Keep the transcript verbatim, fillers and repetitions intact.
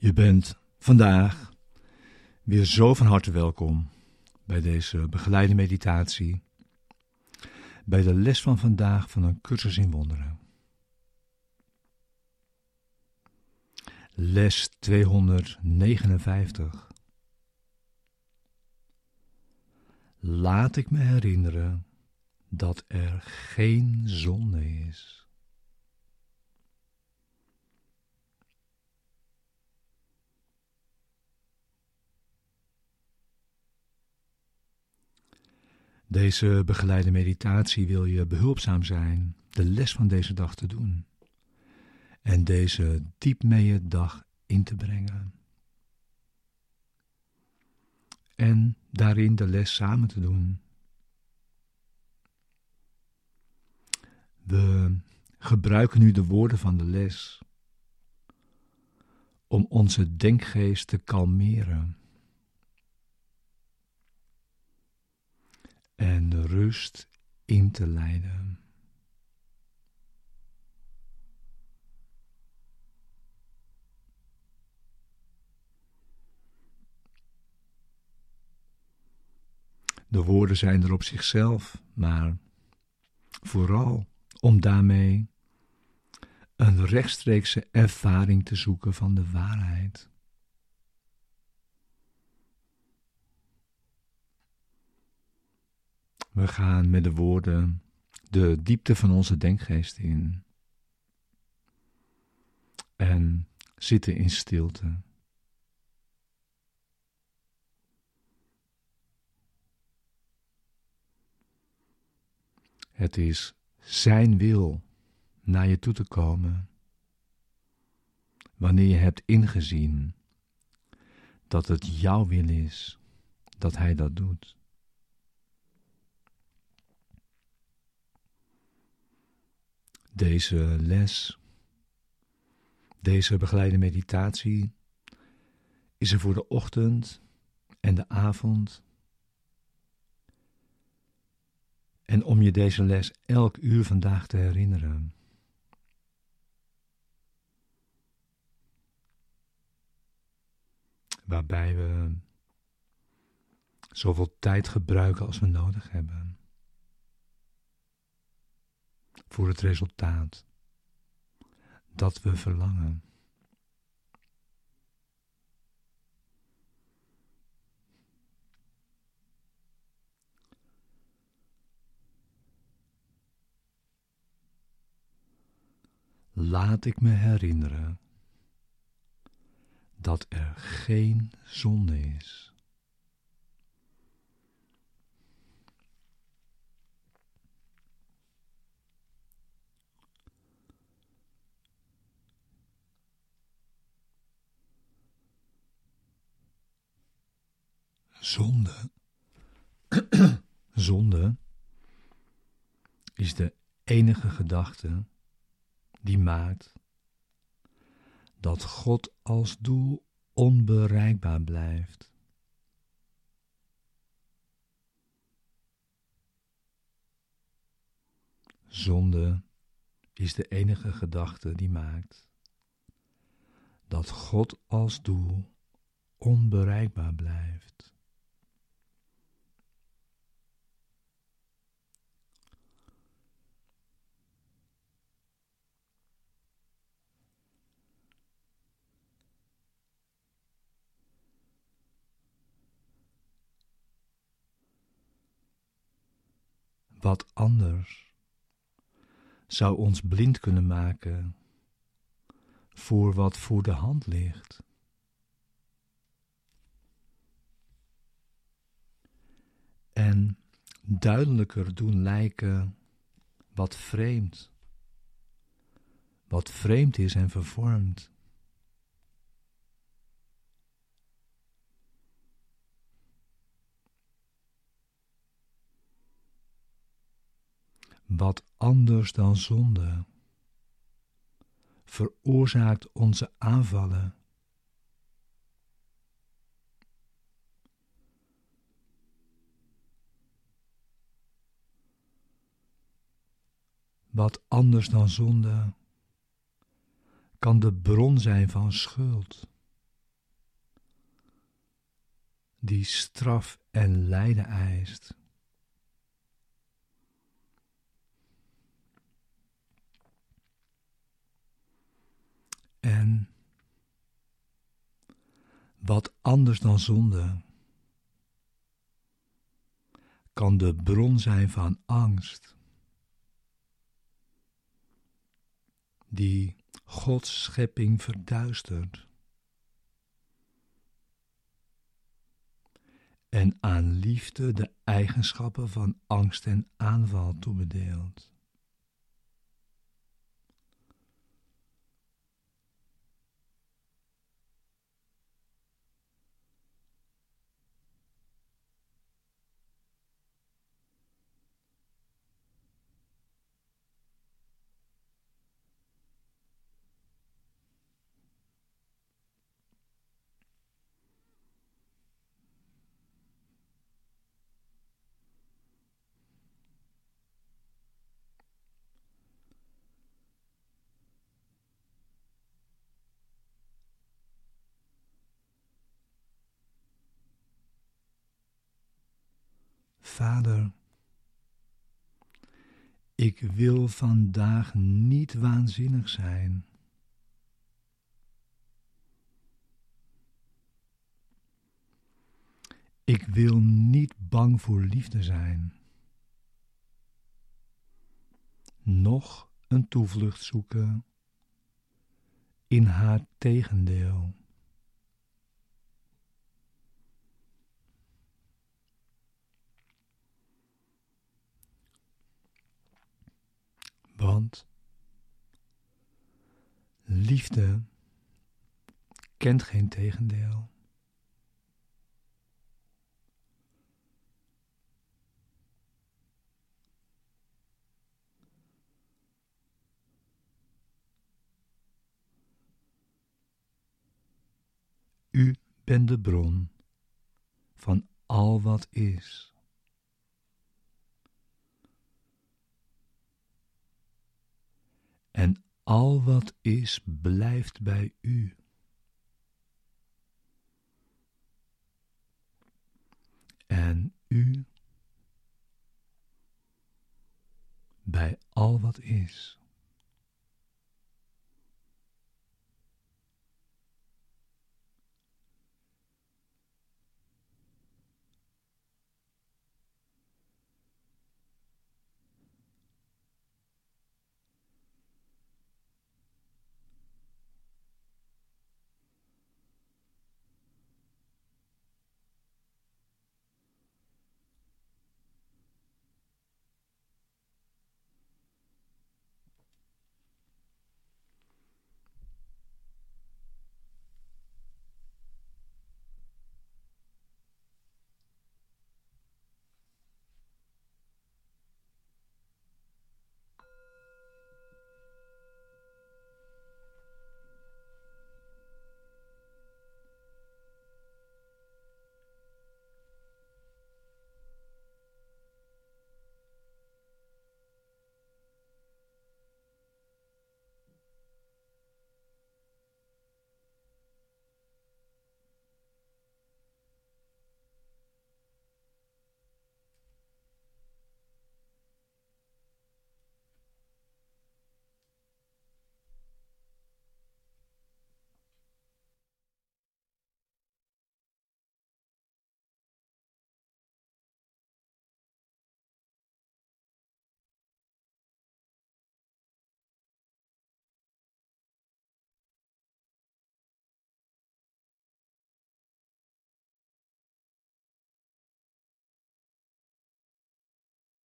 Je bent vandaag weer zo van harte welkom bij deze begeleide meditatie, bij de les van vandaag van een cursus in wonderen. Les tweehonderdnegenenvijftig. Laat ik me herinneren dat er geen zonde is. Deze begeleide meditatie wil je behulpzaam zijn de les van deze dag te doen en deze diep mee dag in te brengen. En daarin de les samen te doen. We gebruiken nu de woorden van de les om onze denkgeest te kalmeren en rust in te leiden. De woorden zijn er op zichzelf, maar vooral om daarmee een rechtstreekse ervaring te zoeken van de waarheid. We gaan met de woorden de diepte van onze denkgeest in en zitten in stilte. Het is zijn wil naar je toe te komen, wanneer je hebt ingezien dat het jouw wil is dat hij dat doet. Deze les, deze begeleide meditatie is er voor de ochtend en de avond. En om je deze les elk uur vandaag te herinneren. Waarbij we zoveel tijd gebruiken als we nodig hebben. Voor het resultaat dat we verlangen. Laat ik me herinneren dat er geen zonde is. Zonde, zonde is de enige gedachte die maakt dat God als doel onbereikbaar blijft. Zonde is de enige gedachte die maakt dat God als doel onbereikbaar blijft. Wat anders zou ons blind kunnen maken voor wat voor de hand ligt. En duidelijker doen lijken wat vreemd, wat vreemd is en vervormd. Wat anders dan zonde veroorzaakt onze aanvallen. Wat anders dan zonde kan de bron zijn van schuld, die straf en lijden eist. En wat anders dan zonde kan de bron zijn van angst, die Gods schepping verduistert en aan liefde de eigenschappen van angst en aanval toebedeelt. Vader, ik wil vandaag niet waanzinnig zijn. Ik wil niet bang voor liefde zijn, noch een toevlucht zoeken in haar tegendeel. Want liefde kent geen tegendeel. U bent de bron van al wat is. En al wat is blijft bij u. En u bij al wat is.